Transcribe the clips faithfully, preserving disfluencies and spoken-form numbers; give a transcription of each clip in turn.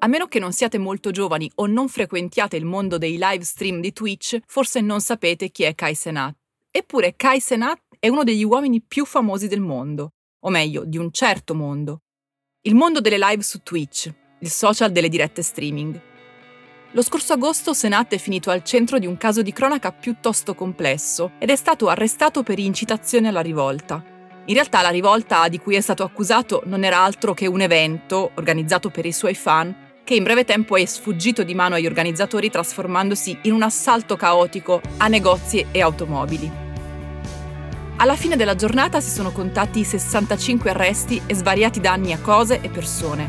A meno che non siate molto giovani o non frequentiate il mondo dei live stream di Twitch, forse non sapete chi è Kai Cenat. Eppure Kai Cenat è uno degli uomini più famosi del mondo, o meglio, di un certo mondo. Il mondo delle live su Twitch, il social delle dirette streaming. Lo scorso agosto Cenat è finito al centro di un caso di cronaca piuttosto complesso ed è stato arrestato per incitazione alla rivolta. In realtà la rivolta di cui è stato accusato non era altro che un evento organizzato per i suoi fan che in breve tempo è sfuggito di mano agli organizzatori trasformandosi in un assalto caotico a negozi e automobili. Alla fine della giornata si sono contati sessantacinque arresti e svariati danni a cose e persone.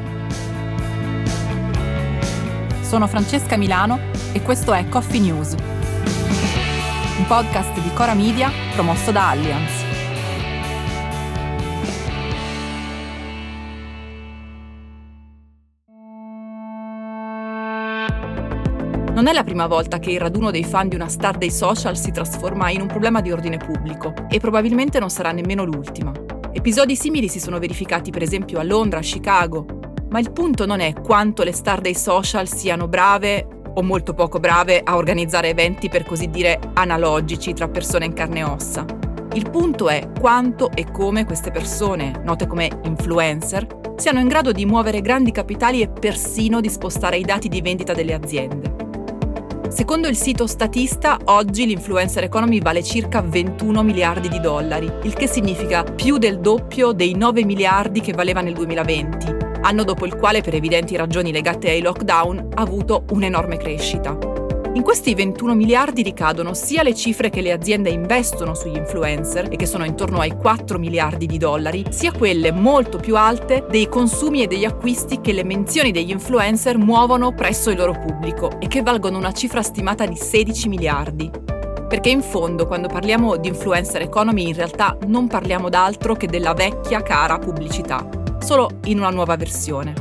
Sono Francesca Milano e questo è Coffee News, un podcast di Cora Media promosso da Allianz. Non è la prima volta che il raduno dei fan di una star dei social si trasforma in un problema di ordine pubblico e probabilmente non sarà nemmeno l'ultima. Episodi simili si sono verificati per esempio a Londra, a Chicago, ma il punto non è quanto le star dei social siano brave o molto poco brave a organizzare eventi per così dire analogici tra persone in carne e ossa. Il punto è quanto e come queste persone, note come influencer, siano in grado di muovere grandi capitali e persino di spostare i dati di vendita delle aziende. Secondo il sito Statista, oggi l'influencer economy vale circa ventuno miliardi di dollari, il che significa più del doppio dei nove miliardi che valeva nel duemilaventi, anno dopo il quale, per evidenti ragioni legate ai lockdown, ha avuto un'enorme crescita. In questi ventuno miliardi ricadono sia le cifre che le aziende investono sugli influencer, e che sono intorno ai quattro miliardi di dollari, sia quelle molto più alte dei consumi e degli acquisti che le menzioni degli influencer muovono presso il loro pubblico e che valgono una cifra stimata di sedici miliardi. Perché in fondo, quando parliamo di influencer economy, in realtà non parliamo d'altro che della vecchia cara pubblicità, solo in una nuova versione.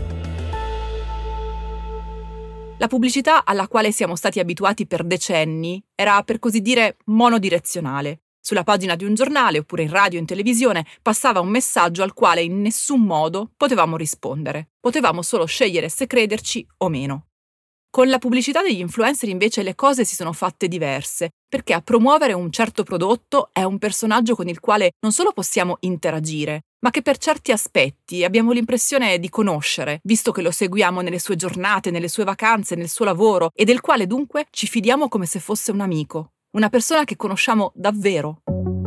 La pubblicità alla quale siamo stati abituati per decenni era, per così dire, monodirezionale. Sulla pagina di un giornale oppure in radio o in televisione passava un messaggio al quale in nessun modo potevamo rispondere. Potevamo solo scegliere se crederci o meno. Con la pubblicità degli influencer invece le cose si sono fatte diverse, perché a promuovere un certo prodotto è un personaggio con il quale non solo possiamo interagire, ma che per certi aspetti abbiamo l'impressione di conoscere, visto che lo seguiamo nelle sue giornate, nelle sue vacanze, nel suo lavoro, e del quale dunque ci fidiamo come se fosse un amico, una persona che conosciamo davvero.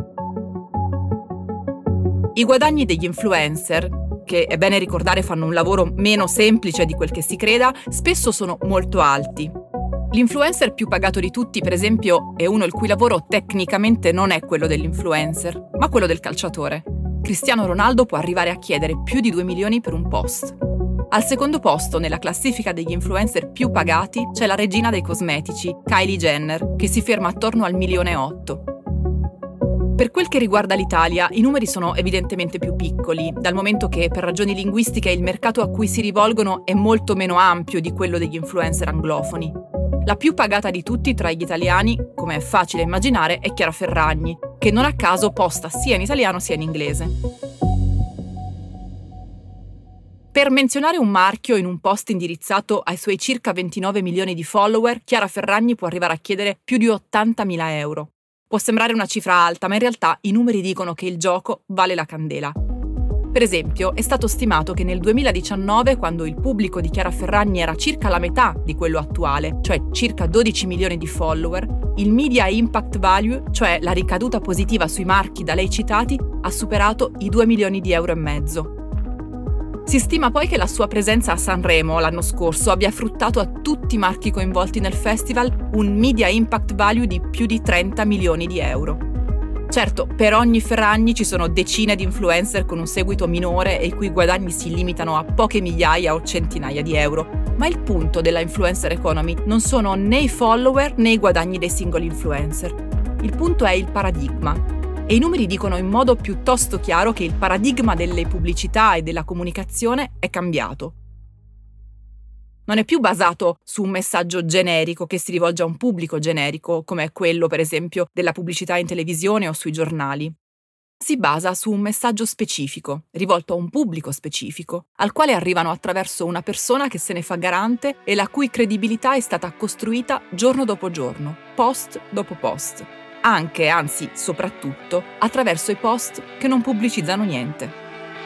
I guadagni degli influencer, che è bene ricordare fanno un lavoro meno semplice di quel che si creda, spesso sono molto alti. L'influencer più pagato di tutti, per esempio, è uno il cui lavoro tecnicamente non è quello dell'influencer, ma quello del calciatore. Cristiano Ronaldo può arrivare a chiedere più di due milioni per un post. Al secondo posto, nella classifica degli influencer più pagati, c'è la regina dei cosmetici, Kylie Jenner, che si ferma attorno al milione e otto. Per quel che riguarda l'Italia, i numeri sono evidentemente più piccoli, dal momento che per ragioni linguistiche il mercato a cui si rivolgono è molto meno ampio di quello degli influencer anglofoni. La più pagata di tutti tra gli italiani, come è facile immaginare, è Chiara Ferragni, che non a caso posta sia in italiano sia in inglese. Per menzionare un marchio in un post indirizzato ai suoi circa ventinove milioni di follower, Chiara Ferragni può arrivare a chiedere più di ottantamila euro. Può sembrare una cifra alta, ma in realtà i numeri dicono che il gioco vale la candela. Per esempio, è stato stimato che nel duemiladiciannove, quando il pubblico di Chiara Ferragni era circa la metà di quello attuale, cioè circa dodici milioni di follower, il media impact value, cioè la ricaduta positiva sui marchi da lei citati, ha superato i due milioni di euro e mezzo. Si stima poi che la sua presenza a Sanremo l'anno scorso abbia fruttato a tutti i marchi coinvolti nel festival un media impact value di più di trenta milioni di euro. Certo, per ogni Ferragni ci sono decine di influencer con un seguito minore e i cui guadagni si limitano a poche migliaia o centinaia di euro, ma il punto della influencer economy non sono né i follower né i guadagni dei singoli influencer. Il punto è il paradigma. E i numeri dicono in modo piuttosto chiaro che il paradigma delle pubblicità e della comunicazione è cambiato. Non è più basato su un messaggio generico che si rivolge a un pubblico generico, come è quello, per esempio, della pubblicità in televisione o sui giornali. si basa su un messaggio specifico, rivolto a un pubblico specifico, al quale arrivano attraverso una persona che se ne fa garante e la cui credibilità è stata costruita giorno dopo giorno, post dopo post, anche, anzi soprattutto, attraverso i post che non pubblicizzano niente.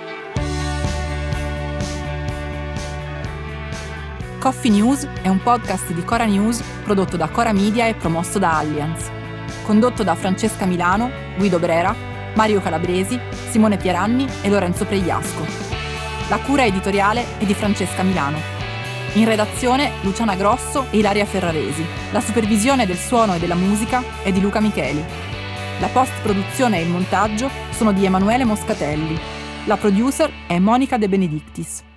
Coffee News è un podcast di Cora News prodotto da Cora Media e promosso da Allianz. Condotto da Francesca Milano, Guido Brera, Mario Calabresi, Simone Pieranni e Lorenzo Pregliasco. La cura editoriale è di Francesca Milano. In redazione Luciana Grosso e Ilaria Ferraresi. La supervisione del suono e della musica è di Luca Micheli. La post-produzione e il montaggio sono di Emanuele Moscatelli. La producer è Monica De Benedictis.